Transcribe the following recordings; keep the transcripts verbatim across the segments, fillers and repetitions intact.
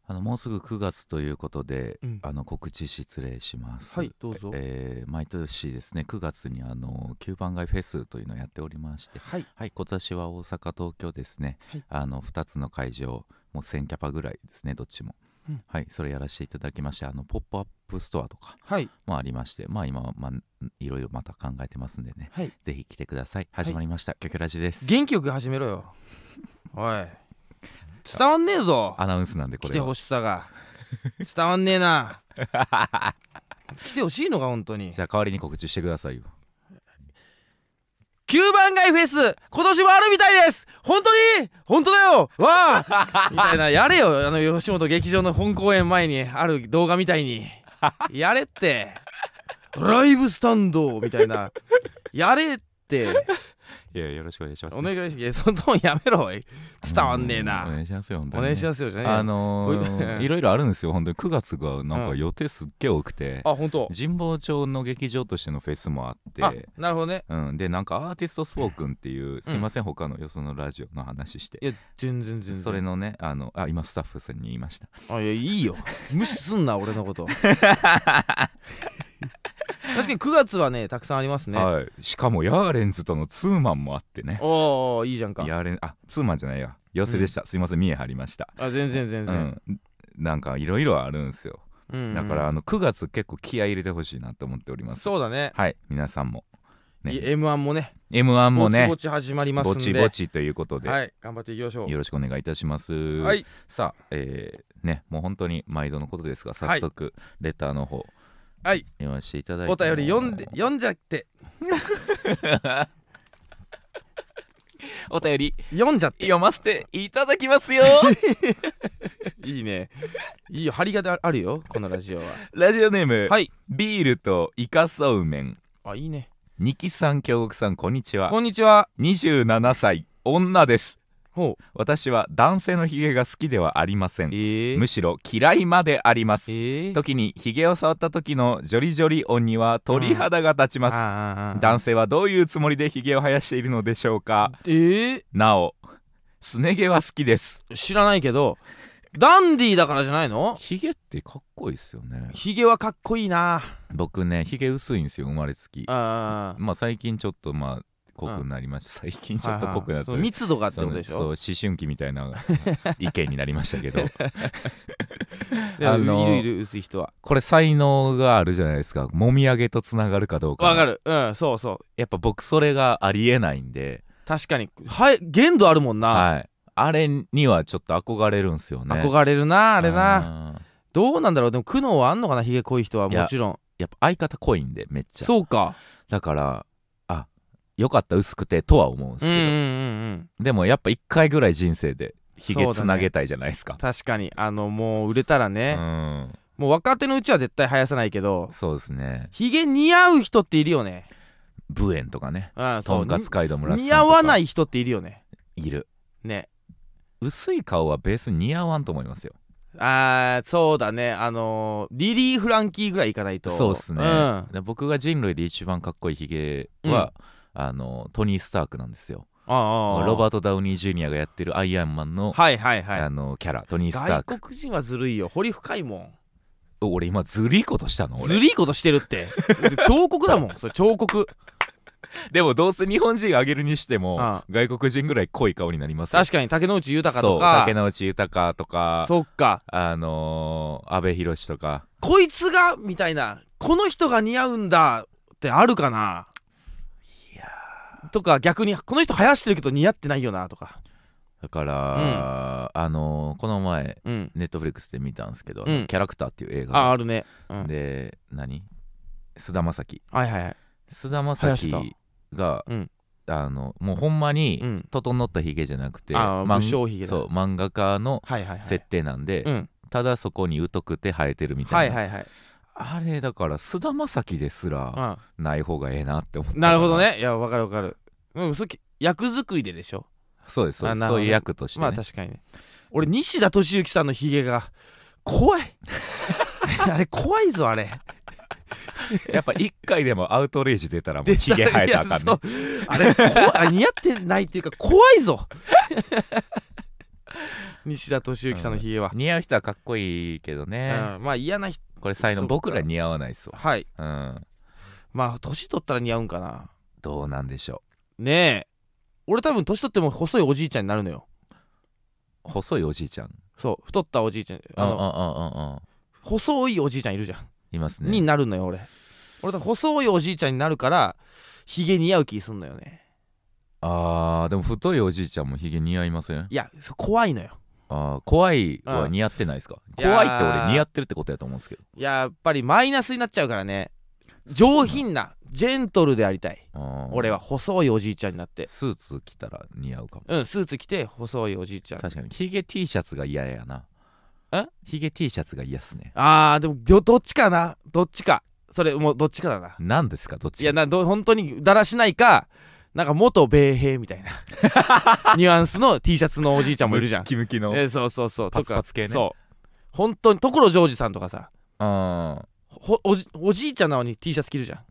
あのもうすぐくがつということで、 うん、 あの告知失礼します。 はいどうぞ。 えー、毎年ですねくがつにあのきゅうばん街フェスというのをやっておりまして、 はい、 はい、今年は大阪東京ですね、 はい、 あのふたつの会場もうせんキャパぐらいですねどっちも、うん、はい、それやらせていただきまして、あのポップアップストアとかもありまして、まあ今、まあ、いろいろまた考えてますんでね、はい、ぜひ来てください。始まりました、はい、キョキョラジです。 元気よく始めろよおい伝わんねえぞ。 アナウンスなんでこれは来てほしさが伝わんねえな来てほしいのか本当に。 じゃあ代わりに告知してくださいよ。 きゅうばん街フェス今年もあるみたいです。本当に本当だよわあみたいなやれよ。あの吉本劇場の本公演前にある動画みたいにやれって。ライブスタンドみたいなやれって。 いやよろしくお願いします、ね、 お願いします。そのトーンやめろおい。伝わんねえな。 お願いしますよ本当に、 ね、お願いしますよじゃねえ。 あのー、いろいろあるんですよ本当に。くがつがなんか予定すっげえ多くて、 うん、あ本当。 神保町の劇場としてのフェスもあって、 あなるほどね、 うん、でなんかアーティストスポークンっていう、すいません、うん、他のよそのラジオの話して、 いや全然全然それのねあのあ今スタッフさんに言いました。 あいやいいよ無視すんな俺のこと確かにくがつはねたくさんありますね、 はい、しかもヤーレンズとのツーマンもあってね。 おーいいじゃんか。 ヤーレンあツーマンじゃないや寄せでした、うん、すいません見え張りました。 あ全然全然、 うん、なんかいろいろあるんですよ、うんうん、だからあのくがつ結構気合い入れてほしいなと思っております。 そうだね、 はい皆さんもね、エムワン もねエムワン もねぼちぼち始まりますんで、 ぼちぼちということで、 はい、頑張っていきましょう。 よろしくお願いいたします。 はい、 さあ、えー、ねもう本当に毎度のことですが早速レターの方、はい、読ませていただいて、 お便り読んで読んじゃってお便り読んじゃって読ませていただきますよいいねいいよ張りがあるよこのラジオは。 ラジオネーム、 はい、 ビールとイカそうめん。 あいいね。 ニキさん京極さんこんにちは。 こんにちは。 にじゅうななさい女です。 ほう私は男性のヒゲが好きではありません、 えー、 むしろ嫌いまであります、 えー、 時にヒゲを触った時のジョリジョリ音には鳥肌が立ちます、うん、男性はどういうつもりでヒゲを生やしているのでしょうか。 えー、 なおすね毛は好きです。 知らないけどダンディーだからじゃないの。 ヒゲってかっこいいですよね。 ヒゲはかっこいいな。 僕ねヒゲ薄いんですよ生まれつき。 あまあ最近ちょっとまあ濃くなりました、うん、最近ちょっと濃くなって、はいはい、 密度がってことでしょ。 そう思春期みたいな意見になりましたけどあのいるいる薄い人はこれ才能があるじゃないですか。もみあげとつながるかどうか。 わかる。うんそうそう。 やっぱ僕それがありえないんで。 確かにはい限度あるもんな。 はいあれにはちょっと憧れるんすよね。 憧れるなあれな。どうなんだろう。でも苦悩はあんのかなヒゲ濃い人は。もちろんやっぱ相方濃いんでめっちゃ。 そうか。 だからあよかった薄くてとは思うんですけど、うんうんうん、でもやっぱいっかいぐらい人生でヒゲつなげたいじゃないですか、ね、 確かにあのもう売れたらね、うん、もう若手のうちは絶対生やさないけど。 そうですね。 ヒゲ似合う人っているよね。 ブエンとかね、 ああとんかつ街道村さんとか似合わない人っているよね。 いるね。 薄い顔はベース似合わんと思いますよ。 あーそうだね。あのー、リリー・フランキーぐらいいかないと。 そうっすね、 うん、 で僕が人類で一番かっこいいヒゲは、うん、あのトニー・スタークなんですよ。ああロバート・ダウニー・ジュニアがやってるアイアンマンの、 はいはいはい、 あのキャラトニー・スターク。 外国人はずるいよ。彫り深いもん。 俺今ずるいことしたの。俺ずるいことしてるって彫刻だもんそれ彫刻でもどうせ日本人あげるにしてもああ外国人ぐらい濃い顔になりますよ。 確かに竹野内豊とか。 そう竹野内豊とか。 そっかあのー、阿部寛とか。 こいつがみたいなこの人が似合うんだってあるかな。いやとか逆にこの人生やしてるけど似合ってないよなとか。 だから、うん、あのー、この前、 うん、 ネットフリックスで見たんですけど、 うん、 キャラクターっていう映画ああるね、うん、 で何菅田将暉はいはいはい菅田将暉が、うん、あのもうほんまに整ったヒゲじゃなくて、うん、 武将ヒゲだ。 そう漫画家の設定なんで、はいはいはい、ただそこに疎くて生えてるみたいな、はいはいはい、あれだから菅田将暉ですらない方がええなって思った。 なるほどね。いや分かる分かる、うん、そ役作りででしょ。 そうですそうです、そういう役として、ね、 まあ確かにね。俺西田敏行さんのヒゲが怖いあれ怖いぞあれやっぱ一回でもアウトレイジ出たらもうヒゲ生えたらあかんね。 あれ怖い似合ってないっていうか怖いぞ西田敏行さんのヒゲは、 うん、似合う人はかっこいいけどね、 うん、まあ嫌な人これ才能僕ら似合わないっすわ。 はい、 うん、 まあ年取ったら似合うんかな。 どうなんでしょうねえ。俺多分年取っても細いおじいちゃんになるのよ。 細いおじいちゃん。 そう太ったおじいちゃん、あの、うんうんうんうん、細いおじいちゃんいるじゃん。 いますね。 になるのよ俺。俺多分細いおじいちゃんになるからヒゲ似合う気すんのよね。 あーでも太いおじいちゃんもヒゲ似合いません？ いや怖いのよ。 あ怖いは似合ってないですか？うん、怖いって俺似合ってるってことやと思うんですけど。 やっぱりマイナスになっちゃうからね。上品なジェントルでありたい。俺は細いおじいちゃんになってスーツ着たら似合うかも。 うんスーツ着て細いおじいちゃん。 確かにヒゲ T シャツが嫌やな。 えヒゲ T シャツが嫌っすね。 あーでもど, どっちかなどっちかそれもうどっちかだな。 何ですかどっちか。 いやなど本当にだらしないかなんか元米兵みたいなニュアンスの T シャツのおじいちゃんもいるじゃん。 ムキムキの、 えー、そうそうそうパツパツ系ね。 そう本当に所ジョージさんとかさあほ お, じおじいちゃんなのに T シャツ着るじゃん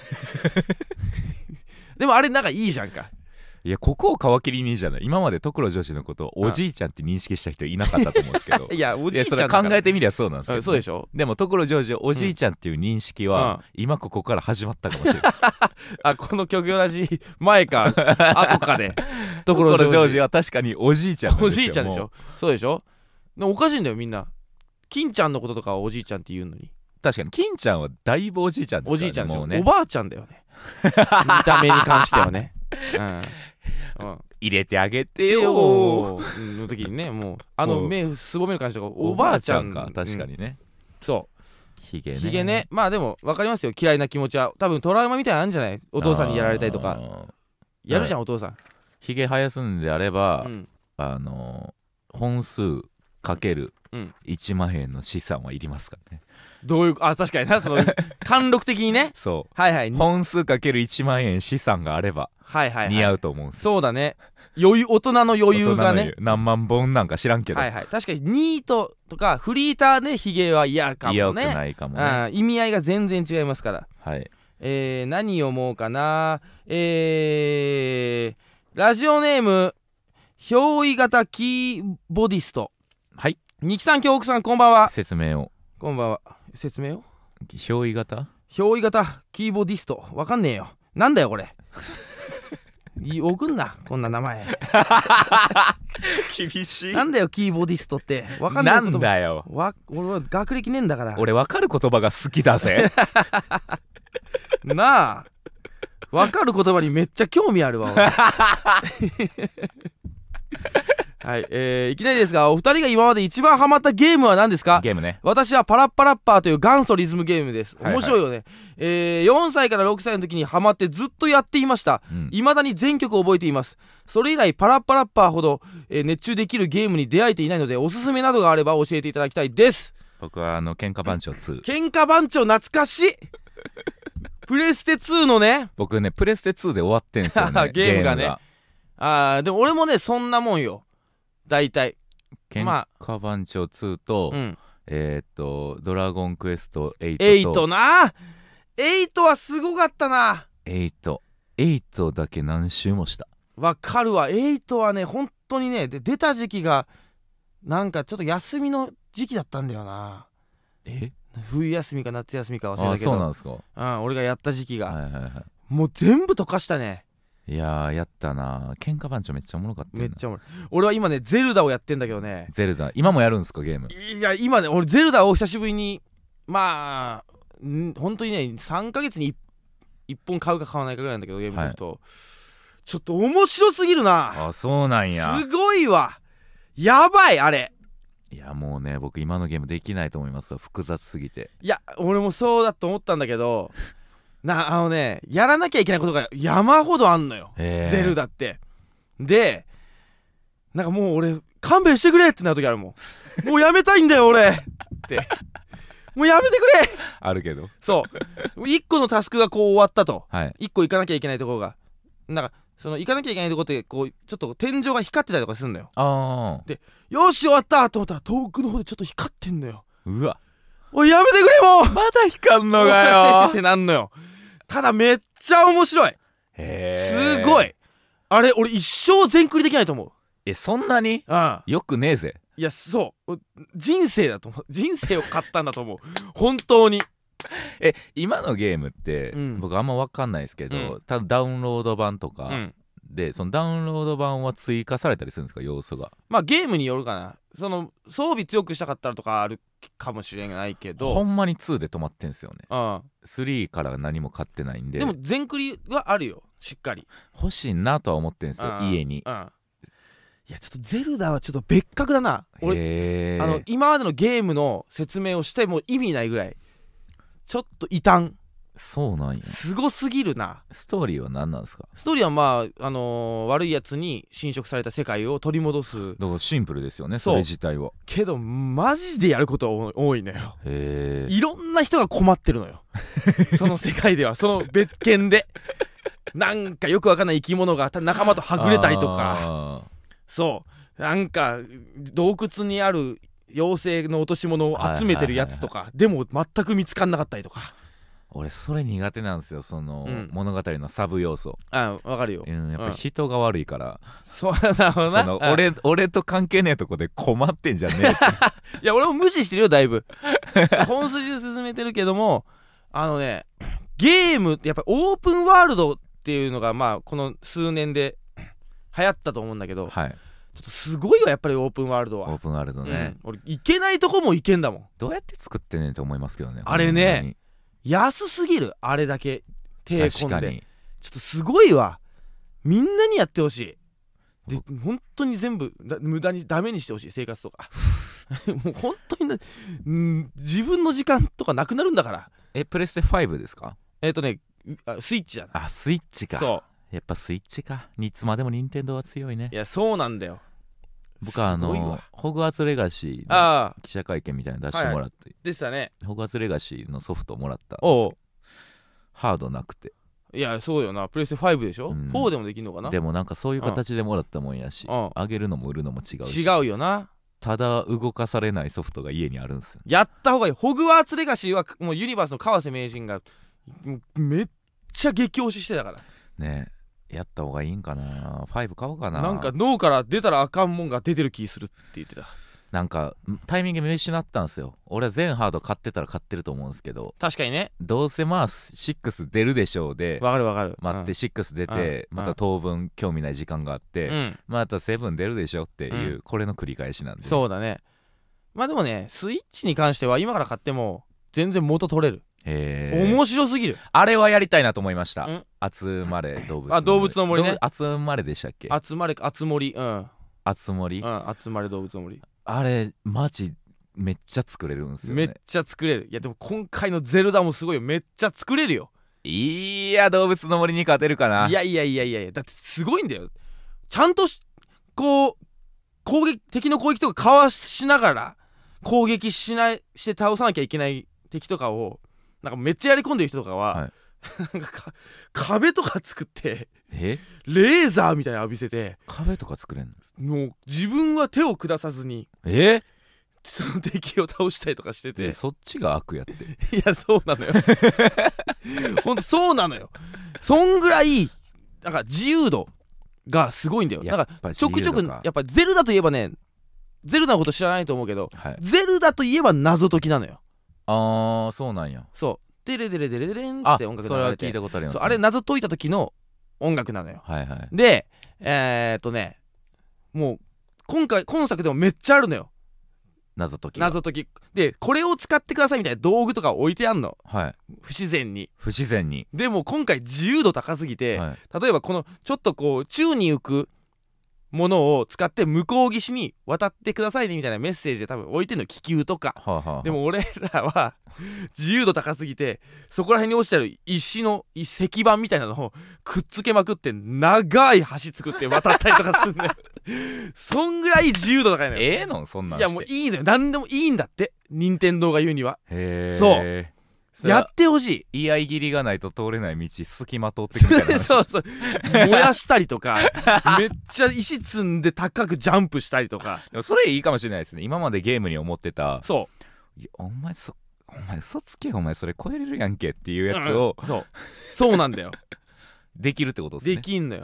でもあれなんかいいじゃんか。 いやここを皮切りにじゃない。今まで所ジョージのことをおじいちゃんって認識した人いなかったと思うんですけどいやおじいちゃんだからそれ考えてみりゃそうなんですけど、ね、 そうでしょ。 でも所ジョージおじいちゃんっていう認識は、うん、今ここから始まったかもしれないあこの虚業ラジ前か後かで所ジョージは確かにおじいちゃんなんですよ。 おじいちゃんでしょ。そうでしょ。でもおかしいんだよみんな。金ちゃんのこととかはおじいちゃんって言うのに。 確かに金ちゃんはだいぶおじいちゃんですからね。 おじいちゃんでしょ、 もうね、 おばあちゃんだよね見た目に関してはね、うんうん、入れてあげてよーの時にねもうあの目すぼめる感じとかおばあちゃんか確かにね、 うん、そうヒゲねヒゲね。まあでも分かりますよ嫌いな気持ちは。多分トラウマみたいなのあるんじゃない。お父さんにやられたりとかやるじゃん、はい、お父さんヒゲ生やすんであれば、うん、あの本数かけるいちまん円の資産はいりますからね。 どういうあ確かになその貫禄的にねそうはいはい本数かけるいちまん円資産があれば似合うと思うんですよ。 そうだね余裕大人の余裕がね何万本なんか知らんけど、 はいはい確かにニートとかフリーターでヒゲは嫌かもね。 嫌くないかもね。 意味合いが全然違いますから。 はい、 えー、何読もうかな。えー、ラジオネーム憑依型キーボディスト。 はい、 二木さん京極さんこんばんは。 説明をこんばんは。説明を憑依型憑依型キーボディストわかんねえよ。なんだよこれ送んなこんな名前厳しい。 なんだよキーボディストってわかんない言葉。 なんだよわ俺は学歴ねえんだから。 俺わかる言葉が好きだぜなあわかる言葉にめっちゃ興味あるわ俺はい、えー、いきなりですがお二人が今まで一番ハマったゲームは何ですか？ ゲームね。 私はパラッパラッパーという元祖リズムゲームです。面白いよね、はいはい。えー、よんさいからろくさいの時にハマってずっとやっていました。いま、うん、だに全曲覚えています。それ以来パラッパラッパーほど、えー、熱中できるゲームに出会えていないのでおすすめなどがあれば教えていただきたいです。 僕はあの喧嘩番長ツー。 喧嘩番長懐かしいプレステツーのね。 僕ねプレステツーで終わってんすよねゲームがね。あーでも俺もねそんなもんよ大体。 喧嘩番長ツーと、まあうん、えー、っとドラゴンクエストエイトとエイトな。エイトはすごかったな。 エイトエイトだけ何周もした。 わかるわ。エイトはね本当にねで出た時期がなんかちょっと休みの時期だったんだよな。 え冬休みか夏休みか忘れたけど。あそうなんですか。 うん俺がやった時期が、 はいはいはい、 もう全部溶かしたね。 いやーやったな。喧嘩番長めっちゃおもろかった。 めっちゃおもろい。俺は今ねゼルダをやってんだけどね。 ゼルダ今もやるんですかゲーム。 いや今ね俺ゼルダを久しぶりにまあん本当にねさんかげつに いっぽん買うか買わないかぐらいなんだけどゲームソフト、はい、ちょっと面白すぎるな。 あそうなんや。 すごいわ。やばいあれ。 いやもうね僕今のゲームできないと思いますわ複雑すぎて。 いや俺もそうだと思ったんだけどなあのねやらなきゃいけないことが山ほどあんのよゼルダって。でなんかもう俺勘弁してくれってなる時あるもんもうやめたいんだよ俺ってもうやめてくれあるけどそういっこのタスクがこう終わったと、 はい、 いっこ行かなきゃいけないところがなんかその行かなきゃいけないところってこうちょっと天井が光ってたりとかするんだよ。 あでよし終わったと思ったら遠くの方でちょっと光ってんのよ。 うわおいやめてくれもうまだ光んのかよってなんのよ。ただめっちゃ面白い。 へすごいあれ俺一生全クリできないと思う。 えそんなに、 うん、 よくねえぜいやそう人生だと思う人生を買ったんだと思う本当に。 え今のゲームって、 うん、 僕あんま分かんないですけど、うん、多分ダウンロード版とか、うん、でそのダウンロード版は追加されたりするんですか要素が。 まあゲームによるかな。その装備強くしたかったらとかあるかもしれないけどほんまにツーで止まってんすよね。 うん、 スリーから何も買ってないんで。 でも全クリはあるよしっかり。 欲しいなとは思ってんすよ、 うん、 家に、 うん、いやちょっとゼルダはちょっと別格だな。俺あの今までのゲームの説明をしても意味ないぐらいちょっと異端。 そうなんや。 すごすぎるな。 ストーリーは何なんですか。 ストーリーはまあ、あのー、悪いやつに侵食された世界を取り戻す。 だからシンプルですよねそれ自体は。 けどマジでやることは多いのよ。 へえ。 いろんな人が困ってるのよその世界ではその別件でなんかよくわかんない生き物が仲間とはぐれたりとか、そうなんか洞窟にある妖精の落とし物を集めてるやつとか、でも全く見つかんなかったりとか。 俺それ苦手なんですよその、うん、物語のサブ要素。 あわかるよ、 うん、やっぱ人が悪いから、うん、 そうなのな。 その俺俺と関係ねえとこで困ってんじゃねえっていや俺も無視してるよだいぶ本筋を進めてるけどもあのねゲームってやっぱりオープンワールドっていうのがまあこの数年で流行ったと思うんだけど、 はい、 ちょっとすごいわやっぱりオープンワールドは。 オープンワールドね、 うん、俺行けないとこも行けんだもん。 どうやって作ってんねんと思いますけどねあれね安すぎる。あれだけ手込んでちょっとすごいわ。みんなにやってほしい。で本当に全部無駄にダメにしてほしい生活とかもう本当にな、うん、自分の時間とかなくなるんだから。 えプレステファイブですか。 えっ、ー、とねスイッチじゃない。 あスイッチか。 そうやっぱスイッチか。いつまでも任天堂は強いね。 いやそうなんだよ。 僕はあのホグワーツレガシーの記者会見みたいなの出してもらって、はい、 でしたね。 ホグワーツレガシーのソフトもらった。 おうハードなくて。 いやそうよな。プレステファイブでしょ、うん、フォーでもできるのかな。 でもなんかそういう形でもらったもんやし、あげるのも売るのも違うし。 違うよな。 ただ動かされないソフトが家にあるんですよ。 やった方がいい。ホグワーツレガシーはもうユニバースの川瀬名人がめっちゃ激推ししてたからね。やった方がいいんかな。ファイブ買おうかな。 なんか脳から出たらあかんもんが出てる気するって言ってた。 なんかタイミング見失ったんですよ。俺は全ハード買ってたら買ってると思うんですけど、 確かにね。 どうせまあシックス出るでしょうで、 わかるわかる。 待ってシックス出て、うん、また当分興味ない時間があって、うん、またセブン出るでしょっていう、うん、これの繰り返しなんで。 そうだね。まあでもねスイッチに関しては今から買っても全然元取れる。 へ面白すぎる。 あれはやりたいなと思いました。集まれ動物の森。 あ動物の森ね。 集まれでしたっけ。 集まれ集森。うん集森、 うん、集まれ動物の森。 あれマジめっちゃ作れるんですよね。 めっちゃ作れる。いやでも今回のゼルダもすごいよ。めっちゃ作れるよ。 いや動物の森に勝てるかな。 いやいやいやいやいやだってすごいんだよ。ちゃんとこう攻撃敵の攻撃とかかわしながら攻撃しないして倒さなきゃいけない敵とかをなんかめっちゃやり込んでる人とかは、はい、なんか壁とか作ってえレーザーみたいなの浴びせて壁とか作れんの。 もう自分は手を下さずにえその敵を倒したりとかしてて。 そっちが悪やっていやそうなのよほんとそうなのよ。そんぐらいなんか自由度がすごいんだよ。なんかちょくちょくやっぱゼルダといえばねゼルダのこと知らないと思うけど、はい、ゼルダといえば謎解きなのよ。 あーそうなんや。 そうデレデレデレデレンって音楽が流れて、 それは聞いたことあります、ね、 あれ謎解いた時の音楽なのよ。 はいはい。 でえー、っとねもう今回今作でもめっちゃあるのよ謎解き謎解きで。これを使ってくださいみたいな道具とか置いてあんの、 はい、 不自然に不自然に。 でも今回自由度高すぎて、はい、例えばこのちょっとこう宙に浮くものを使って向こう岸に渡ってくださいねみたいなメッセージで多分置いてんの気球とか、 はあはあ、 でも俺らは自由度高すぎてそこら辺に落ちてる石の石板みたいなのをくっつけまくって長い橋作って渡ったりとかするんだよそんぐらい自由度高いのよ。 ええのそんなんして。いやもういいのよ。何でもいいんだって任天堂が言うには。 へえ。 そうやってほしい。 居合切りがないと通れない道隙間通ってくみたいな話そうそう燃やしたりとかめっちゃ石積んで高くジャンプしたりとか。 でもそれいいかもしれないですね。今までゲームに思ってたそういやお前そお前嘘つけお前それ超えれるやんけっていうやつを、 うん、そうそうなんだよできるってことですね。 できんのよ。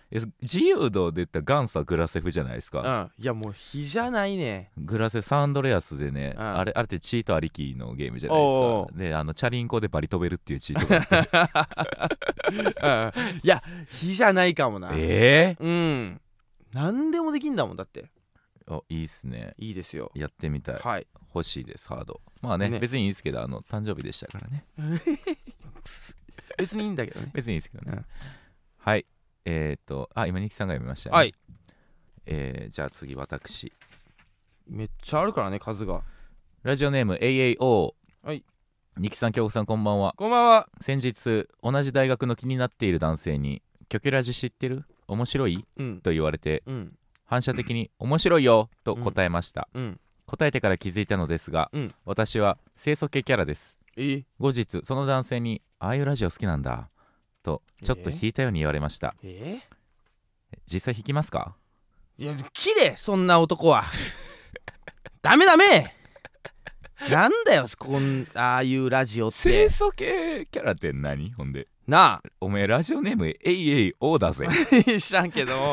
自由度で言ったら元祖はグラセフじゃないですか。 うん、いやもう比じゃないね。 グラセフサンドレアスでね、 うん、 あれあれってチートありきのゲームじゃないですか。であのチャリンコでバリ飛べるっていうチートがあって、うん、いや比じゃないかもな。 ええー、うん何でもできんだもんだって。 あいいっすね。 いいですよ。 やってみたい。 はい、 欲しいですハード。まあ ね, ね別にいいですけど、あの誕生日でしたからね別にいいんだけどね。 別にいいですけどね、 うん、 はいえっ、ー、とあ今ニキさんが読みましたね。 はい、 えー、じゃあ次私。 めっちゃあるからね数が。 ラジオネーム エーエーオー。 はい、 ニキさん京子さんこんばんは。 こんばんは。 先日同じ大学の気になっている男性にキョキョラジ知ってる面白い、うん、と言われて、うん、反射的に面白いよと答えました、うんうん、答えてから気づいたのですが、うん、私は清楚系キャラです。え後日その男性にああいうラジオ好きなんだとちょっと引いたように言われました。えー、実際引きますか？ いやきれそんな男はダメダメなんだよこんああいうラジオって。 清楚系キャラって何ほんでなあおめえラジオネーム エーエーオー だぜ知らんけど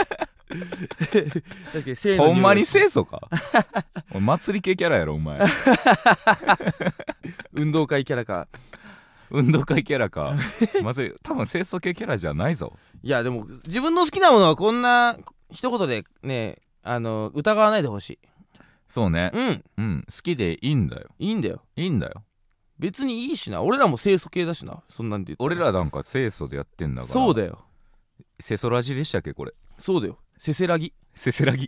確かにほんまに清楚かお祭り系キャラやろお前運動会キャラか運動会キャラか祭り多分清楚系キャラじゃないぞ。 いやでも自分の好きなものはこんな一言でねあの疑わないでほしい。 そうね、 うん、 うん、好きでいいんだよ。 いいんだよいいんだよ別にいいしな。俺らも清楚系だしな。そんなんで言ったら俺らなんか清楚でやってんだから。 そうだよ。 セソラジでしたっけこれ。 そうだよせせらぎせせらぎ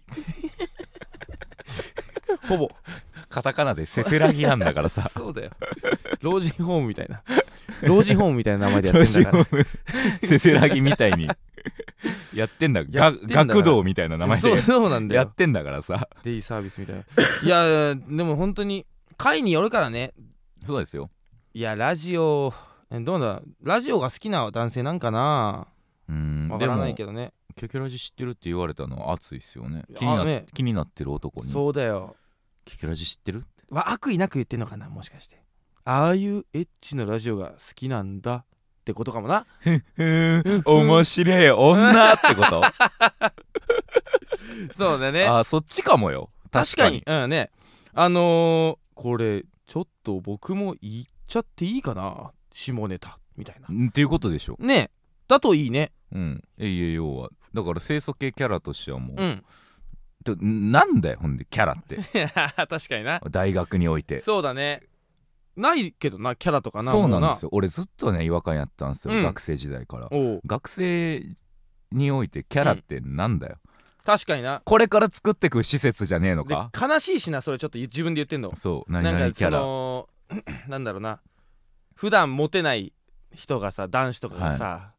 ほぼカタカナでせせらぎなんだからさそうだよ老人ホームみたいな老人ホームみたいな名前でやってんだからせせらぎみたいにやってんだが学童みたいな名前でそうなんだよやってんだからさ。 デイサービスみたいないやでも本当に回によるからね。 そうですよ。 いやラジオどうだラジオが好きな男性なんかな。 うーんわからないけどね。 キョキョラジ知ってるって言われたのは熱いっすよね。気にな、ね、気になってる男にそうだよキョキョラジ知ってるってわ悪意なく言ってんのかなもしかして。ああいうエッチなラジオが好きなんだってことかもな。 ふん面白い女ってことそうだね。 あそっちかもよ。確かに。 確かにうんね。あのー、これちょっと僕も言っちゃっていいかな下ネタみたいなっていうことでしょね。だといいね。 うん。エーエーオーはだから清楚系キャラとしてはもう、 うん、 なんだよほんでキャラって確かにな大学において。 そうだねないけどなキャラとかな。 そうなんですよ。俺ずっとね違和感やったんですよ、 うん、 学生時代から。学生においてキャラってなんだよ、うん、 確かにな。 これから作ってく施設じゃねえのか。 悲しいしなそれちょっと自分で言ってんの。 そう何々キャラなんかそのなんだろうな普段モテない人がさ男子とかがさ、はい、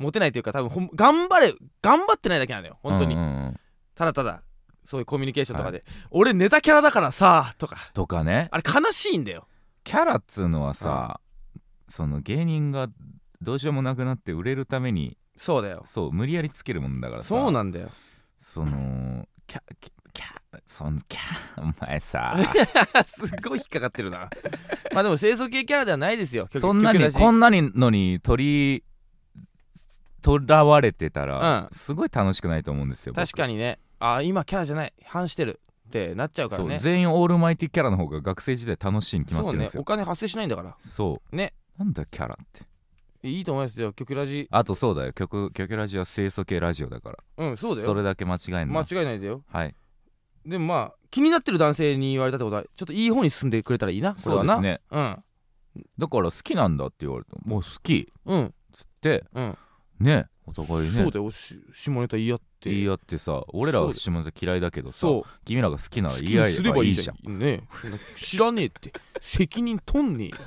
モテないというか多分ほん頑張れ頑張ってないだけなんだよ本当に、うんうんうん、ただただそういうコミュニケーションとかで、はい、俺ネタキャラだからさとかとかね。 あれ悲しいんだよ。 キャラっつうのはさ、うん、その芸人がどうしようもなくなって売れるためにそうだよそう無理やりつけるもんだからさ。 そうなんだよ。 そのキャキャキャそのキャお前さすごい引っかかってるなまあでも清楚系キャラではないですよ。 そんなにこんなにのに取りとらわれてたら、うん、すごい楽しくないと思うんですよ。 確かにね。あ今キャラじゃない反してるってなっちゃうからね。 そう全員オールマイティキャラの方が学生時代楽しいに決まってるんですよ。 そうねお金発生しないんだから。 そうねなんだキャラっていいと思いますよ。キョキラジあとそうだよ曲キョキラジは清楚系ラジオだから。 うんそうだよそれだけ間違いない。 間違いないでよ。 はいでもまあ気になってる男性に言われたってことはちょっといい方に進んでくれたらいいなこれはな。 そうですね。うんだから好きなんだって言われてもう好きうんつってうんねお互いね。 そうだよ下ネタ言い合って言い合ってさ俺らは下ネタ嫌いだけどさ君らが好きなら言い合えばいいじゃんね。知らねえって責任取んねえよ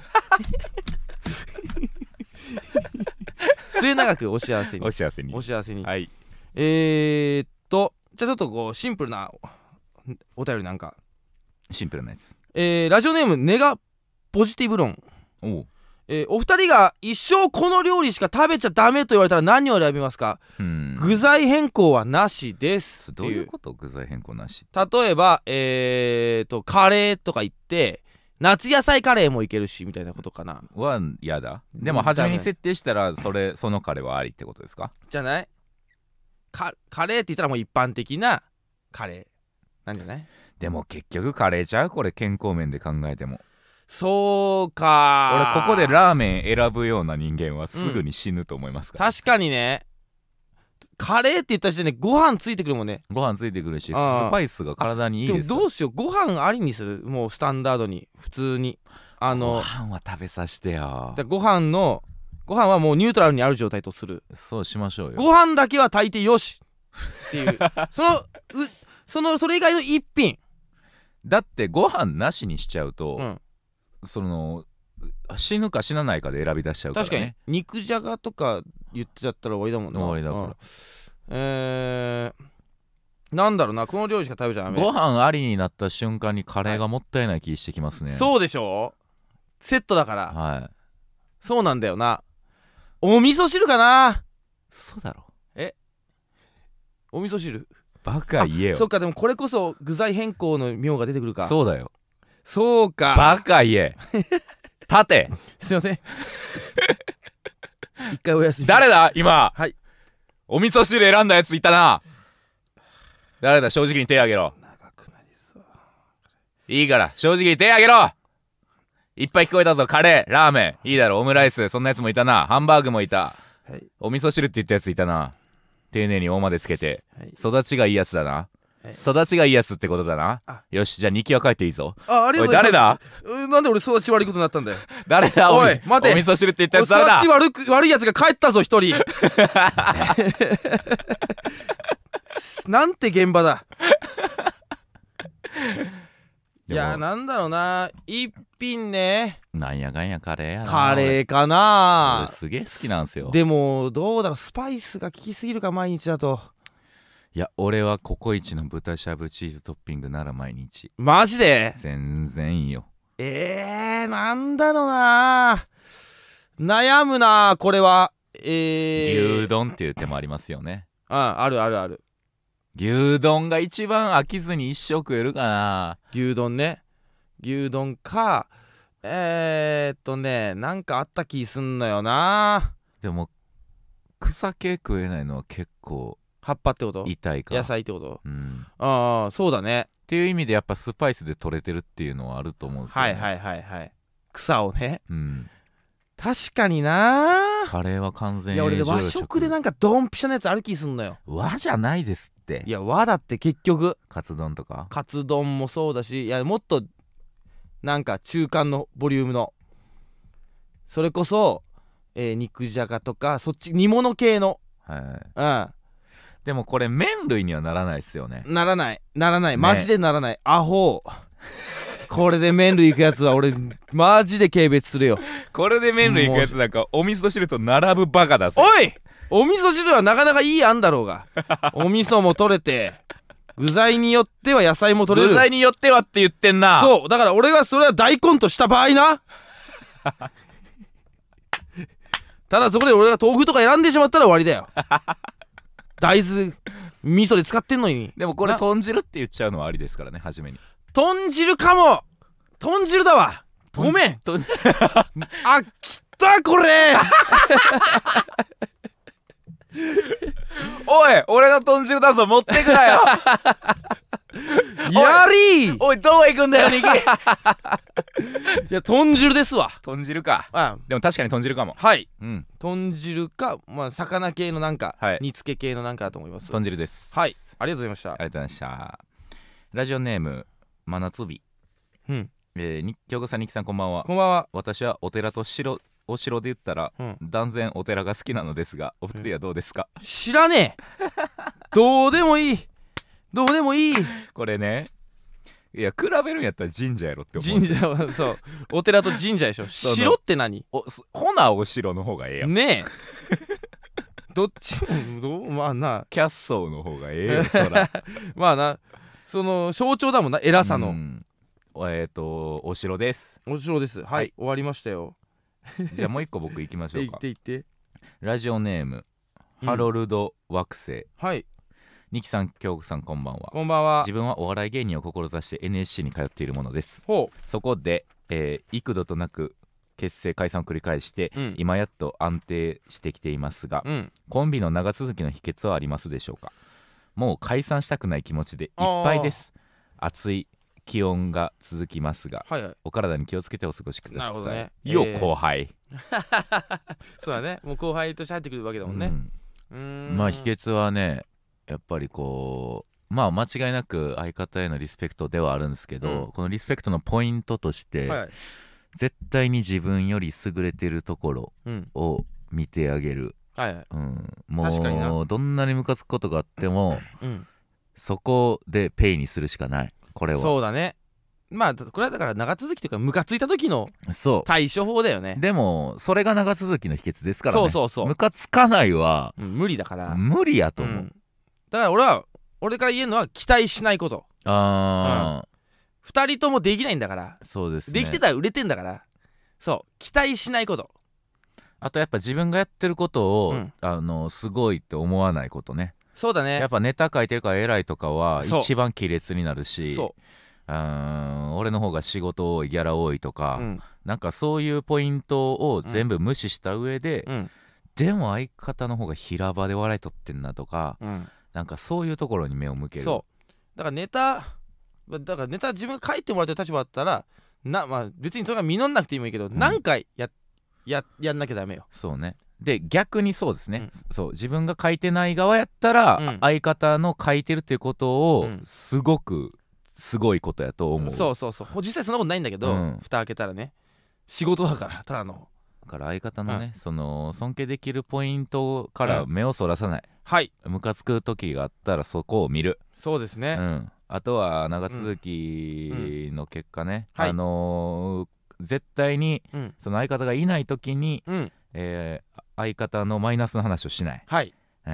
末永くお幸せにお幸せにお幸せに。 はいえーっとじゃあちょっとこうシンプルなお便りなんかシンプルなやつ。 えー、ラジオネームネガポジティブ論。 おうえー、お二人が一生この料理しか食べちゃダメと言われたら何を選びますか。具材変更はなしです。 どういうこと。具材変更なし。 例えばえーとカレーとか言って夏野菜カレーもいけるしみたいなことかな。 は嫌だ。でも初めに設定したらそれそのカレーはありってことですか。 じゃないかカレーって言ったらもう一般的なカレーなんじゃない？ でも結局カレーちゃう？これ健康面で考えても。 そうか。 俺ここでラーメン選ぶような人間はすぐに死ぬと思いますから、 うん、確かにね。カレーって言った時点でご飯ついてくるもんね。 ご飯ついてくるしスパイスが体にいいですから。でもどうしよう、ご飯ありにする？もうスタンダードに普通にあのご飯は食べさせてよ。 ご飯のご飯はもうニュートラルにある状態とする。 そうしましょうよ。 ご飯だけは炊いてよしっていうそのうそのそれ以外の一品だってご飯なしにしちゃうと、 うん、その死ぬか死なないかで選び出しちゃうからね。 確かに肉じゃがとか言っちゃったら終わりだもんな。 終わりだから、うん、 えー、なんだろうな、この料理しか食べちゃダメ。 ご飯ありになった瞬間にカレーがもったいない気してきますね、はい、 そうでしょ、セットだから。 はい、 そうなんだよな。お味噌汁かな。 そうだろ。 えお味噌汁バカ言えよ。 そっか、でもこれこそ具材変更の妙が出てくるか。 そうだよ。 そうか。 バカ言え立てすいません一回お休み。 誰だ今。 はい。 お味噌汁選んだやついたな。誰だ、正直に手あげろ。 長くなりそう。 いいから正直に手あげろ。いっぱい聞こえたぞ。カレー、ラーメン、いいだろ。オムライス、そんなやつもいたな。ハンバーグもいた、はい、お味噌汁って言ったやついたな。丁寧に大までつけて、はい、育ちがいいやつだな、はい、育ちがいいやつってことだな。よし、じゃあにきは帰っていいぞ。 あ、ありがとうございます。おい、誰だ。うなんで俺育ち悪いことになったんだよ。 誰だ。 おい待て、 お味噌汁って言ったやつ誰だ。 育ち悪く悪いやつが帰ったぞ一人なんて現場だいや、なんだろうな、一品ね。 なんやかんやカレーやな。 カレーかな。 俺すげえ好きなんすよ。 でもどうだろう、スパイスが効きすぎるか毎日だと。 いや、俺はココイチの豚しゃぶチーズトッピングなら毎日。 マジで全然いいよ。 えー、なんだろうな、悩むなこれは。えー、 牛丼っていう手もありますよね。 ああ、あるあるある。 牛丼が一番飽きずに一生食えるかな。 牛丼ね。牛丼か、えー、っとね、なんかあった気すんのよな。 でも草系食えないのは結構葉っぱってこと？ 痛いか。 野菜ってこと？ うん。 ああ、そうだね。 っていう意味でやっぱスパイスで取れてるっていうのはあると思うんですよね。 はいはいはいはい。草をね。 うん。 確かにな。 カレーは完全に。 いや俺和食でなんかドンピシャなやつある気すんのよ。 和じゃないですって。 いや和だって結局。 カツ丼とか。 カツ丼もそうだし、いやもっとなんか中間のボリュームの、それこそ、えー、肉じゃがとかそっち煮物系の。 はい。 うん。 でもこれ麺類にはならないっすよね。 ならないならない、マジでならない。アホこれで麺類いくやつは俺マジで軽蔑するよ。 これで麺類いくやつなんかお味噌汁と並ぶバカだぜ。 おい、お味噌汁はなかなかいい案だろうがお味噌も取れて具材によっては野菜も取れる。 具材によってはって言ってんな。 そうだから俺がそれは大根とした場合なただそこで俺が豆腐とか選んでしまったら終わりだよ大豆味噌で使ってんのに。 でもこれ豚汁って言っちゃうのはありですからね、初めに。 豚汁かも。豚汁だわ。ごめんあ、きたこれおい、俺の豚汁だぞ、持ってくなよやりー。 おい、どこ行くんだよ、ニキいや、豚汁ですわ。 豚汁か。 ああ、 でも確かに豚汁かも。 はい、 うん、 豚汁か、まあ、魚系のなんか、 はい、 煮付け系のなんかだと思います。 豚汁です。 はい、ありがとうございました。 ありがとうございました。ラジオネーム真夏日。うん。えー、京子さん、ニキさん、こんばんは。 こんばんは。 私はお寺と城お城で言ったら、うん、断然お寺が好きなのですが、お二人はどうですか？ うん、知らねえどうでもいいどうでもいいこれね、いや比べるんやったら神社やろって思う。 神社はそう、お寺と神社でしょ城って何？ おほなお城の方がええやんねえどっちもどう、まあな、 キャッソーの方がええよそらまあな、その象徴だもんな、偉さの。うん、 えっ、ー、とお城です。 お城です。はい、はい、終わりましたよじゃあもう一個僕行きましょうか。 行って行って。 ラジオネーム、うん、ハロルド惑星。 はい。 ニキさん、京子さん、こんばんは。 こんばんは。 自分はお笑い芸人を志して エヌエスシー に通っているものです。 ほう。 そこで、えー、幾度となく結成解散を繰り返して、 うん、 今やっと安定してきていますが、 うん、 コンビの長続きの秘訣はありますでしょうか。もう解散したくない気持ちでいっぱいです。暑い気温が続きますが、 はいはい、 お体に気をつけてお過ごしください。 なるほどね、 よ、 えー、 後輩そうだね、もう後輩として入ってくるわけだもんね。 うん、うーん、まあ秘訣はね、やっぱりこうまあ間違いなく相方へのリスペクトではあるんですけど、うん、このリスペクトのポイントとして、はいはい、絶対に自分より優れてるところを見てあげる、うん、はいはい、うん、もうどんなにムカつくことがあっても、うん、そこでペイにするしかない。これはそうだね。まあこれはだから長続きというかムカついた時の対処法だよね。 でもそれが長続きの秘訣ですからね。 そうそうそう、 ムカつかないは、 うん、無理だから無理やと思う、うん、 だから俺は俺から言えるのは期待しないこと。あ、うん、ふたりともできないんだから。そうですね、できてたら売れてんだから、そう期待しないこと。 あとやっぱ自分がやってることを、うん、あのすごいって思わないことね。 そうだね。 やっぱネタ書いてるから偉いとかは一番亀裂になるし、そううん俺の方が仕事多いギャラ多いとか、うん、なんかそういうポイントを全部無視した上で、うん、でも相方の方が平場で笑い取ってんなとか、うん、なんかそういうところに目を向ける。そうだからネタだからネタ自分が書いてもらってる立場だったらな、まあ、別にそれが実んなくていいもいいけど、うん、何回やややんなきゃダメよ。そうね。で逆にそうですね、うん、そう自分が書いてない側やったら、うん、相方の書いてるっていうことを、うん、すごくすごいことやと思う。そうそうそう、実際そんなことないんだけど、うん、蓋開けたらね仕事だからただの。だから相方のね、うん、その尊敬できるポイントから目をそらさない、うん、はいムカつく時があったらそこを見る。そうですね、うん、あとは長続きの結果ね、うんうん、あのー、絶対にその相方がいない時に、うんえー、相方のマイナスの話をしない。はい、うん、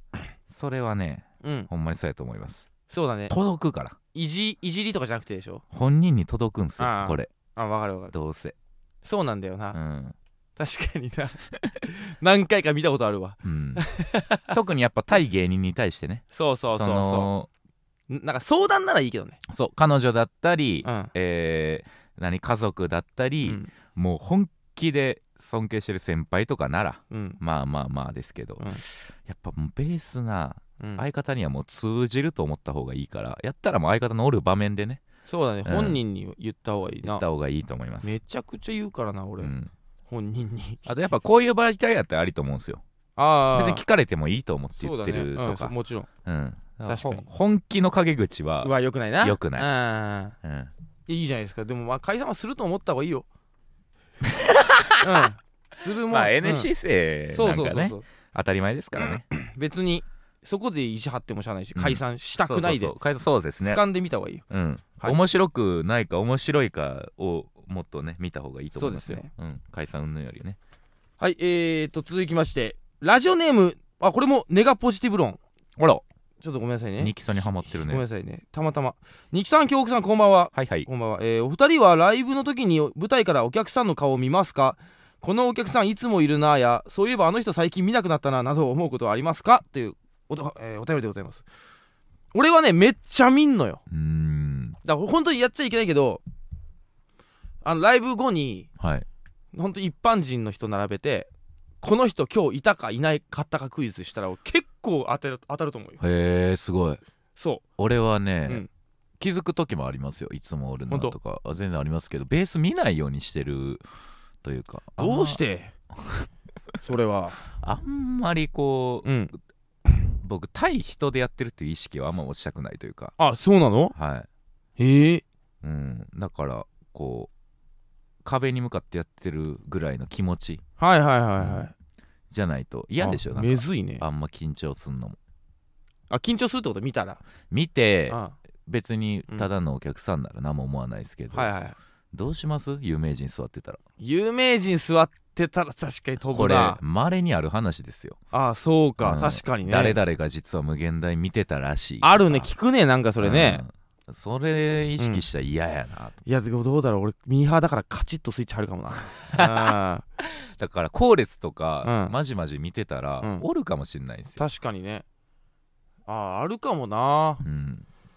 それはね、うん、ほんまにそうやと思います。そうだね、届くからいじいじりとかじゃなくてでしょ、本人に届くんすよこれ。あ、分かる分かる。どうせそうなんだよな、うん、確かにな何回か見たことあるわ、うん、特にやっぱ対芸人に対してねそうそうそうそうなんか相談ならいいけどね。そう彼女だったり、うんえー、何家族だったり、うん、もう本気で尊敬してる先輩とかなら、うん、まあまあまあですけど、うん、やっぱもうベースな相方にはもう通じると思った方がいいから、やったらもう相方のおる場面でね。そうだね、うん、本人に言った方がいいな。言った方がいいと思います。めちゃくちゃ言うからな俺、うん、本人に。あとやっぱこういう媒体やったらありと思うんですよ。あ別に聞かれてもいいと思って言ってるとか、ねうん、もちろん、うん、確かに本気の陰口はうわよくないな。よくない。あ、うん、いいじゃないですか。でもまあ解散はすると思った方がいいようん、するもん。まあ エヌシー 生なんかね当たり前ですからね別にそこで意地張ってもしゃあないし、解散したくないで、うん、そうそうそう、そうですね、俯瞰で見た方がいいよ、うんはい、面白くないか面白いかをもっとね見た方がいいと思いますよ。そうですね、うん、解散云々よりね。はい、えーと続きましてラジオネーム、あこれもネガポジティブ論。あらちょっとごめんなさいね、ニキさんにハマってるね。ごめんなさいね、たまたま。ニキさん京極さんこんばんは。はいはいこんばんは、えー、お二人はライブの時に舞台からお客さんの顔を見ますか？このお客さんいつもいるなや、そういえばあの人最近見なくなったななど思うことはありますか？という お,、えー、お便りでございます。俺はねめっちゃ見んのよ。うーんだから本当にやっちゃいけないけど、あのライブ後に、はい、本当一般人の人並べてこの人今日いたかいないかったかクイズしたら結構当たる、当たると思うよ。へえすごい。そう俺はね、うん、気づく時もありますよ。いつもおるなとか全然ありますけど、ベース見ないようにしてるというか。どうしてそれはあんまりこう、うん、僕対人でやってるっていう意識はあんま持ちたくないというか。あそうなの。はいへえ、うん、だからこう壁に向かってやってるぐらいの気持ち、はいはいはいはい、うん、じゃないと嫌でしょ。なんかめずいね、あんま緊張すんのも。あ緊張するってこと？見たら見てああ別にただのお客さんなら何も思わないですけど、うん、はいはい、どうします？有名人座ってたら。有名人座ってたら確かに飛ぶな。これ稀にある話ですよ。ああそうか、うん、確かにね。誰々が実は無限大見てたらしい。あるね、聞くね、なんかそれね、うん、それ意識したら嫌やな、うん、いやでもどうだろう、俺ミーハーだからカチッとスイッチ入るかもなあだから後列とか、うん、マジマジ見てたら、うん、おるかもしんないですよ。確かにね、あああるかもな。うん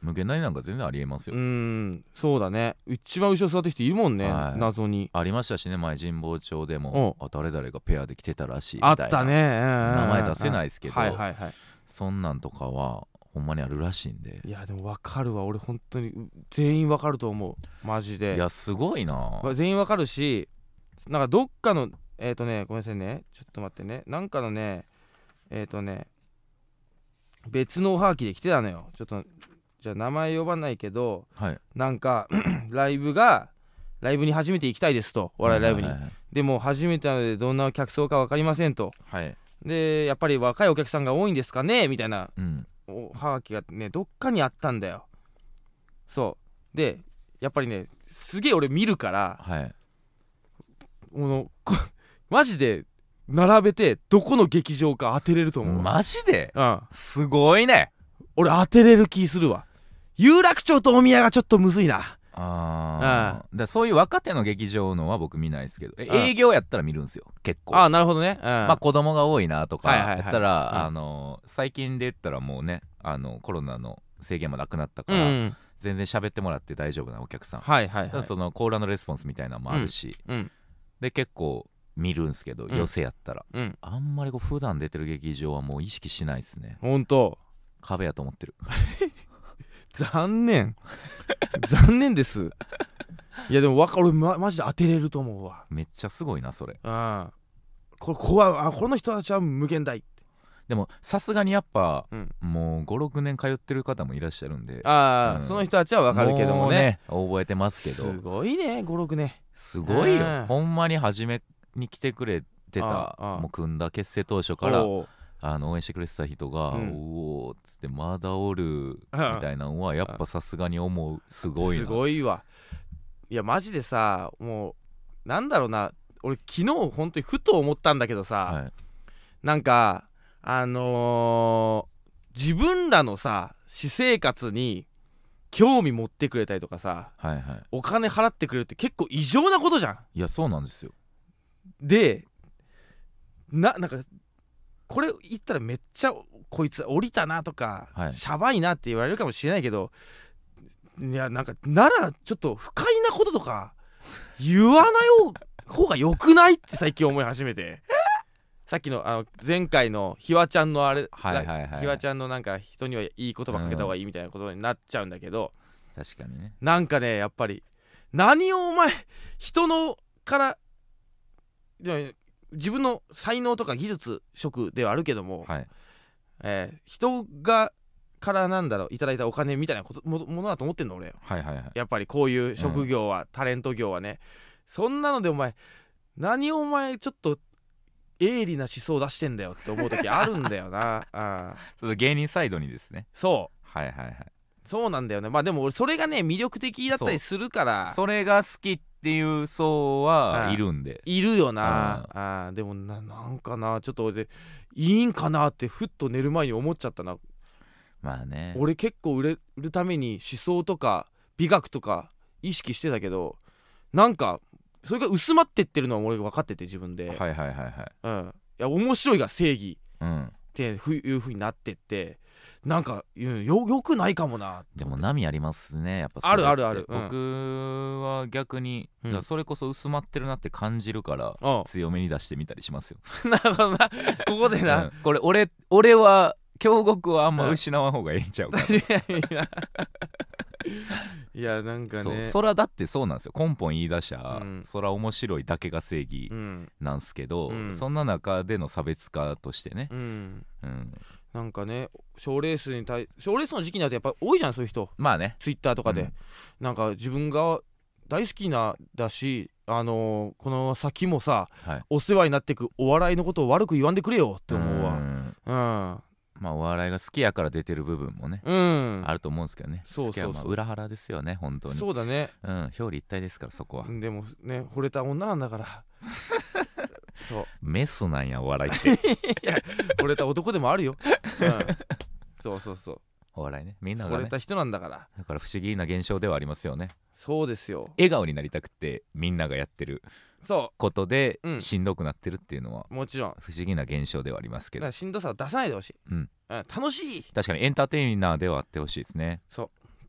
無限大なんか全然ありえますよ。 うん、そうだね。一番後ろ座ってる人いるもんね、はい、謎にありましたしね、前神保町でもあ誰々がペアで来てたらしいみたいな。 あったね、 名前出せないですけど、 はいはいはい、 そんなんとかはほんまにあるらしいんで。 いやでも分かるわ、俺本当に全員分かると思う、マジで。 いやすごいな、 全員分かるし、なんかどっかのえっ、ー、とねごめんなさいね、ちょっと待ってね、なんかのねえっ、ー、とね別のおはがきで来てたのよ。ちょっとじゃあ名前呼ばないけど、はい、なんかライブがライブに初めて行きたいですと、お笑いライブに、はいはいはい、でも初めてなのでどんな客層か分かりませんと、はい、でやっぱり若いお客さんが多いんですかねみたいな、うん、おはがきがねどっかにあったんだよ。そうでやっぱりねすげえ俺見るから、はい、このマジで並べてどこの劇場か当てれると思う。 マジで、 うん、 すごいね。 俺当てれる気するわ。有楽町と大宮がちょっとむずいな。 ああ、だそういう若手の劇場のは僕見ないですけど、営業やったら見るんですよ結構。 ああなるほどね、うん、 まあ子供が多いなとかやったら、はいはいはい、あのー、最近で言ったらもうねあのコロナの制限もなくなったから、うん、全然喋ってもらって大丈夫なお客さん、はいはいはい、そのコーラのレスポンスみたいなのもあるし、うんうん、で結構見るんすけど、うん、寄せやったら、うん、あんまりこう普段出てる劇場はもう意識しないですね。 ほんと壁やと思ってる残念残念です。いやでもわか俺、ま、マジで当てれると思うわ。 めっちゃすごいなそれ。 あここはあこの人たちは無限大。 でもさすがにやっぱ、うん、もうごろくねん通ってる方もいらっしゃるんで、 あ、うん、その人たちはわかるけども ね, もね覚えてますけど、 すごいねごろくねんすごいよ。ほんまに初めに来てくれてた、もう組んだ結成当初からあの応援してくれてた人が、うん、おおっつってまだおるみたいなのはやっぱさすがに思う。すごいな。 すごいわ。いやマジでさ、もうなんだろうな、俺昨日本当にふと思ったんだけどさ、はい、なんかあのー、自分らのさ私生活に興味持ってくれたりとかさ、はいはい、お金払ってくれるって結構異常なことじゃん。 いやそうなんですよ。 でななんかこれ言ったらめっちゃこいつ降りたなとか、はい、シャバいなって言われるかもしれないけど、いやなんかならちょっと不快なこととか言わない方がよくないって最近思い始めてさっき の, あの前回のひわちゃんのあれ、はいはいはいはい、ひわちゃんのなんか人にはいい言葉かけた方がいいみたいなことになっちゃうんだけど、 うん、確かにね。 なんかねやっぱり何をお前人のから自分の才能とか技術職ではあるけども、はい、えー、人がからなんだろういただいたお金みたいなこと も, ものだと思ってんの俺、はいはいはい、やっぱりこういう職業は、うん、タレント業はね、そんなのでお前何をお前ちょっと鋭利な思想出してんだよって思う時あるんだよなあそう芸人サイドにですね。 そうはいはいはい、 そうなんだよね。まあでも俺それがね魅力的だったりするから、 そ, それが好きっていう層はいるんで、 いるよなああ。でも な, なんかなちょっと俺いいんかなってふっと寝る前に思っちゃったな。 まあね、 俺結構売れるために思想とか美学とか意識してたけど、なんかそれが薄まってってるのは俺が分かってて自分で、はいはいはいはい、 うん、いや面白いが正義っていう風になってって、なんか よ, よくないかもな。 でも波ありますねやっぱ。 あるあるある、 うん、僕は逆に、うん、それこそ薄まってるなって感じるから強めに出してみたりしますよなるほどな、ここでな、うん、 これ 俺, 俺は京極はあんま失わん方がええんちゃうかな、うん、 いやなんかね、 そらだってそうなんですよ。根本言い出しゃ、うん、そら面白いだけが正義なんすけど、うん、そんな中での差別化としてね、うんうん、なんかね賞レースに対賞レースの時期になるとやっぱ多いじゃんそういう人。 まあねツイッターとかで、うん、なんか自分が大好きなだし、あのー、この先もさ、はい、お世話になっていくお笑いのことを悪く言わんでくれよって思うわ。うん、うんまあお笑いが好きやから出てる部分もね、うん、あると思うんですけどね。 そうそうそう、好きはまあ裏腹ですよね本当に。 そうだね、 うん、表裏一体ですからそこは。 でもね惚れた女なんだからそうメスなんやお笑いっていや惚れた男でもあるよ、うん、そうそうそう、 お笑いね、みんながね惚れた人なんだから。 だから不思議な現象ではありますよね。 そうですよ。 笑顔になりたくてみんながやってることでしんどくなってるっていうのは、 うん、もちろん不思議な現象ではありますけど、だからしんどさを出さないでほしい、うん、楽しい。 確かにエンターテイナーではあってほしいですね。 そう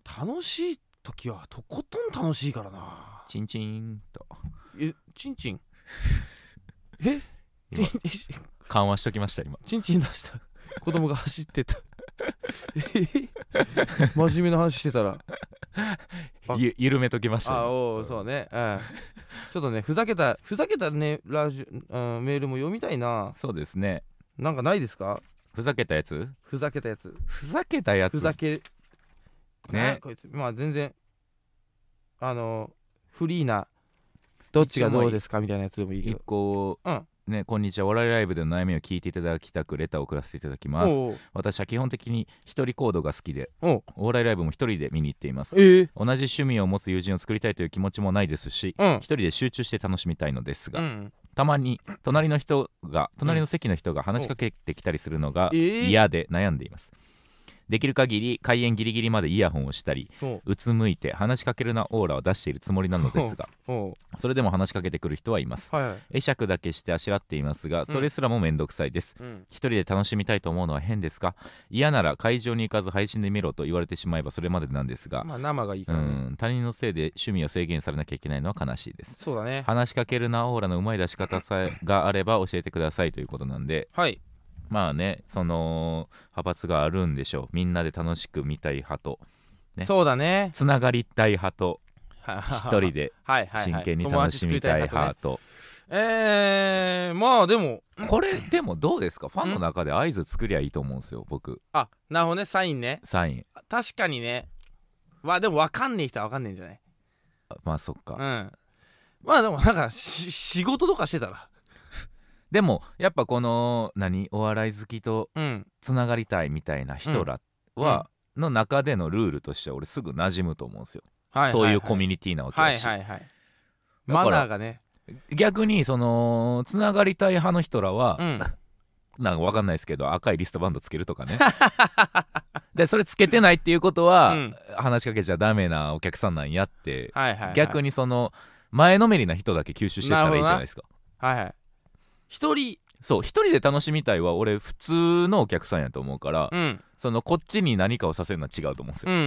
楽しい時はとことん楽しいからな。 チンチンとえチンチンえ今緩和しときました今。 チンチン出した子供が走ってたえ真面目な話してたらゆ緩めときました。 あおそうね、うん、ちょっとねふざけたふざけたねラジオ、うん、メールも読みたいな。 そうですね。 なんかないですか？ ふざけたやつふざけたやつふざけたやつふざけねこいつまあ全然あのフリーなどっちがどうですかみたいなやつでもいいけど一個、 うんね、こんにちは。お笑いライブでの悩みを聞いていただきたくレターを送らせていただきます。 おうおう私は基本的に一人行動が好きでおうお笑いライブも一人で見に行っています。 えー、 同じ趣味を持つ友人を作りたいという気持ちもないですし、 うん一人で集中して楽しみたいのですが、 うん、 たまに隣の人が隣の席の人が話しかけてきたりするのがえー嫌で悩んでいます。できる限り開演ギリギリまでイヤホンをしたりおううつむいて話しかけるなオーラを出しているつもりなのですが、 おうそれでも話しかけてくる人はいます。 はいはい、 会釈だけしてあしらっていますが、それすらもめんどくさいです。 うん一人で楽しみたいと思うのは変ですか？嫌なら会場に行かず配信で見ろと言われてしまえばそれまでなんですが、 まあ生がいいかうらね。 ん他人のせいで趣味を制限されなきゃいけないのは悲しいです。 そうだね。 話しかけるなオーラのうまい出し方さえがあれば教えてくださいということなんで、 はい。 まあね、その派閥があるんでしょう。みんなで楽しく見たい派と、ね、 そうだね。 つながりたい派と、一人ではいはいはい真剣に楽しみたい派と、 えー、まあでもこれでもどうですか？ファンの中で合図作りゃいいと思うんですよ僕。 あ、なるほどね、サインね。 サイン。 確かにね。まあでも分かんねえ人は分かんねえんじゃない？ まあそっか。 うん。まあでもなんかし仕事とかしてたらでもやっぱこの何お笑い好きとうんつながりたいみたいな人らは、の中でのルールとしては俺すぐ馴染むと思うんですよ、 はいはいはい、 そういうコミュニティなわけだし、 はいはいはい、マナーがね。 逆にそのつながりたい派の人らは、 うんなんか分かんないですけど赤いリストバンドつけるとかねでそれつけてないっていうことは、うん、話しかけちゃダメなお客さんなんやって、はいはいはい、逆にその前のめりな人だけ吸収してったらいいじゃないですか。 はいはい。一人そう一人で楽しみたいは俺普通のお客さんやと思うから、うん、そのこっちに何かをさせるのは違うと思うんですよ。 うんうん、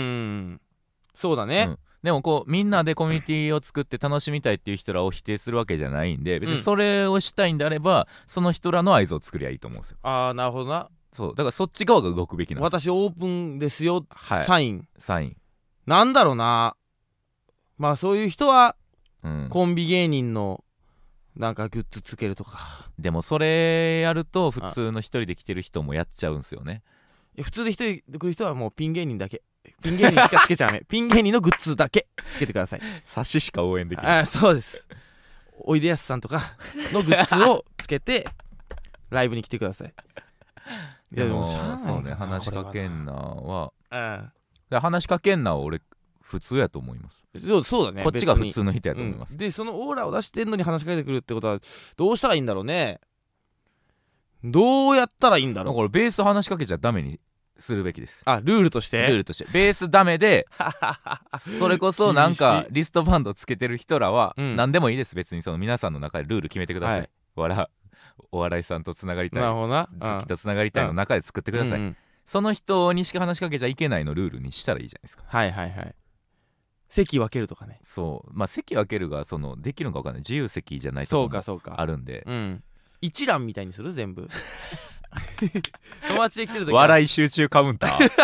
そうだね、うん、 でもこうみんなでコミュニティを作って楽しみたいっていう人らを否定するわけじゃないんで、別にそれをしたいんであれば、うん、その人らの合図を作りゃいいと思うんですよ。 ああなるほどな。 そうだからそっち側が動くべきなんです。 私オープンですよ、はい、サインサインなんだろうな。まあそういう人は、 うん、 コンビ芸人のなんかグッズつけるとか。 でもそれやると普通の一人で来てる人もやっちゃうんすよね。 いや普通で一人で来る人はもうピン芸人だけピン芸人しかつけちゃダメピン芸人のグッズだけつけてください。 差ししか応援できない。 あそうです。おいでやすさんとかのグッズをつけてライブに来てください。 いやでもそうね、話しかけんなは、 うん、 話しかけんなは俺普通やと思います。 そうそうだね。 こっちが普通の人やと思います、 うん、でそのオーラを出してんのに話しかけてくるってことはどうしたらいいんだろうね。どうやったらいいんだろう。 これベース話しかけちゃダメにするべきです。 あルールとしてルールとしてベースダメでそれこそなんかリストバンドつけてる人らは何でもいいです、別にその皆さんの中でルール決めてください、はい、笑お笑いさんとつながりたい、好きとつながりたいの中で作ってください、うんうん、その人にしか話しかけちゃいけないのルールにしたらいいじゃないですか。 はいはいはい。席分けるとかね。 そうまあ席分けるがそのできるのか分かんない。自由席じゃないとこもあるんで、 うん、一覧みたいにする全部友達で来てる時笑い集中カウンター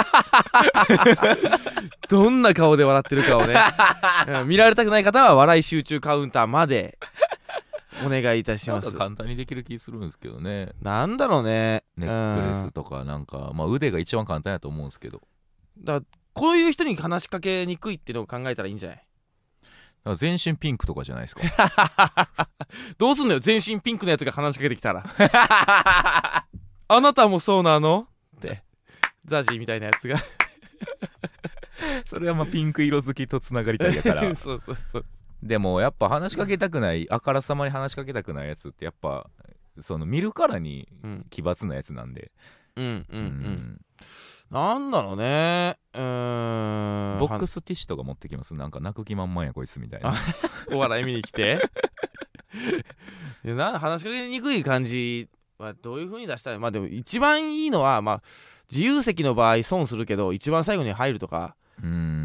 どんな顔で笑ってるかをね見られたくない方は笑い集中カウンターまでお願いいたします。 なんか簡単にできる気するんですけどね。 なんだろうね。 ネックレスとかなんか、まあ腕が一番簡単やと思うんですけど、 だからこういう人に話しかけにくいっていうのを考えたらいいんじゃない？だから全身ピンクとかじゃないですかどうすんのよ全身ピンクのやつが話しかけてきたらあなたもそうなのってザジーみたいなやつがそれはまあピンク色好きとつながりたいやからそうそうそうでもやっぱ話しかけたくないあからさまに話しかけたくないやつってやっぱその見るからに奇抜なやつなんで、 うん、うんうんうん、うんなんだろうね。うーんボックスティッシュとか持ってきます。なんか泣く気満々やこいつみたいなお笑い見に来ていやな話しかけにくい感じはどういう風に出したら、まあでも一番いいのはまあ自由席の場合損するけど一番最後に入るとか、 うん、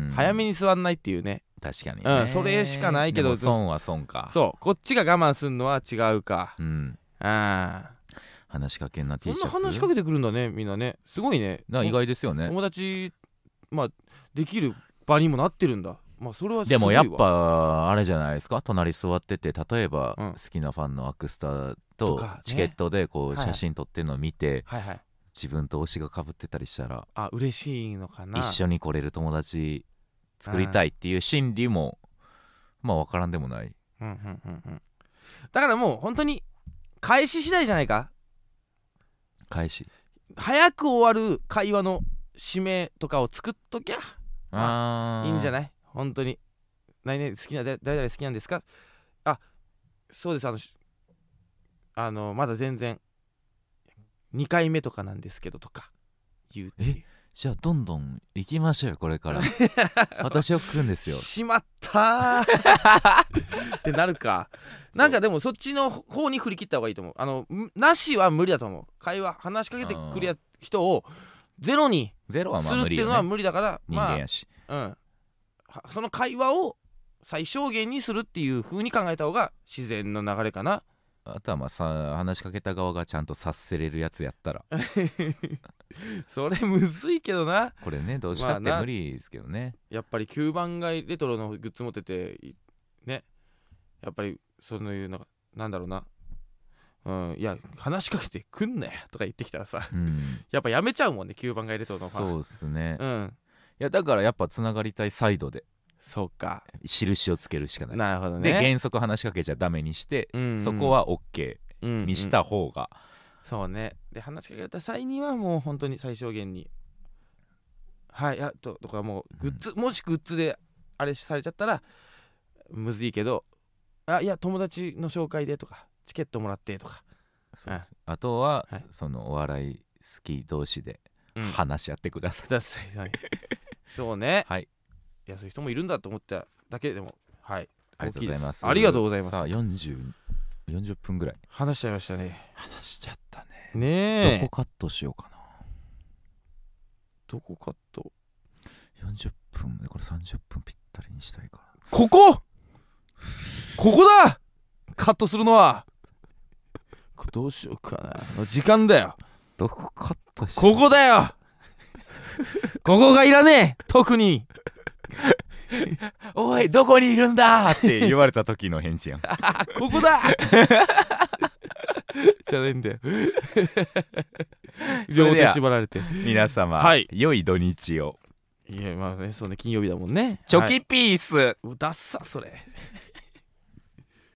早めに座んないっていうね。 確かにね、 うん、それしかないけど、 でも損は損か。 そうこっちが我慢するのは違うか。 うん、 あ話しかけんな T シャツ。 そんな話しかけてくるんだねみんなね。すごいね。 だ意外ですよね。 友達まあできる場にもなってるんだ。まあそれはすごいわ。 でもやっぱあれじゃないですか、隣座ってて例えば、 うん、 好きなファンのアクスタとチケットでこう写真撮ってるのを見て、 はいはい、 自分と推しが被ってたりしたら、 あ嬉しいのかな。 一緒に来れる友達作りたいっていう心理もまあ分からんでもない、 うんうんうんうん、だからもう本当に返し次第じゃないか。 返し早く終わる会話の締めとかを作っときゃ、まあ、いいんじゃない。本当に何々好きな誰々好きなんですか。あそうです、あのあのまだ全然にかいめとかなんですけどとか言うっていう。 えじゃあどんどん行きましょうよこれから私を食うんですよ。 しまったーってなるか。なんかでもそっちの方に振り切った方がいいと思う。あのなしは無理だと思う。会話話しかけてくる人をゼロにゼロはすまあ無理よね。 るっていうのは無理だから、 人間やし、 まあ、うん、その会話を最小限にするっていう風に考えた方が自然の流れかな。 あとはまあさ話しかけた側がちゃんと察せれるやつやったらそれむずいけどな。 これねどうしたって無理ですけどね、 まあ、やっぱりきゅうばん街レトロのグッズ持っててね、やっぱりそういうのなんだろうな、うん、いや話しかけてくんなよとか言ってきたらさ、うん、やっぱやめちゃうもんねきゅうばん街レトロのファン。 そうっすね、 うん、 いやだからやっぱつながりたいサイドでそうか印をつけるしかない。 なるほどね。 で原則話しかけちゃダメにして、うんうん、そこは OK にした方が、 うんうん、そうね。で話しかけた際にはもう本当に最小限にはいや と, とかもうグッズ、うん、もしグッズであれされちゃったらむずいけど、あいや友達の紹介でとかチケットもらってとか。 そうです。あ, あとは、はい、そのお笑い好き同士で話し合ってください、うん、 ください、はい、そうね、 はい、 いやそういう人もいるんだと思っただけでもはいありがとうございます。 ありがとうございます。 さあよんじゅう、よんじゅっぷんぐらい話しちゃいましたね。 話しちゃったね。 ねえどこカットしようかな。 どこカットよんじゅっぷんでこれさんじゅっぷんぴったりにしたいからここここだカットするのはどうしようかな。時間だよ。 どこカットしここだよここがいらねえ特においどこにいるんだって言われた時の返信やんここだじゃねえんだよ両手縛られて皆様、 はい、 良い土日を。 いやまあねそうね金曜日だもんね。 チョキピース、 はい、ダッサそれ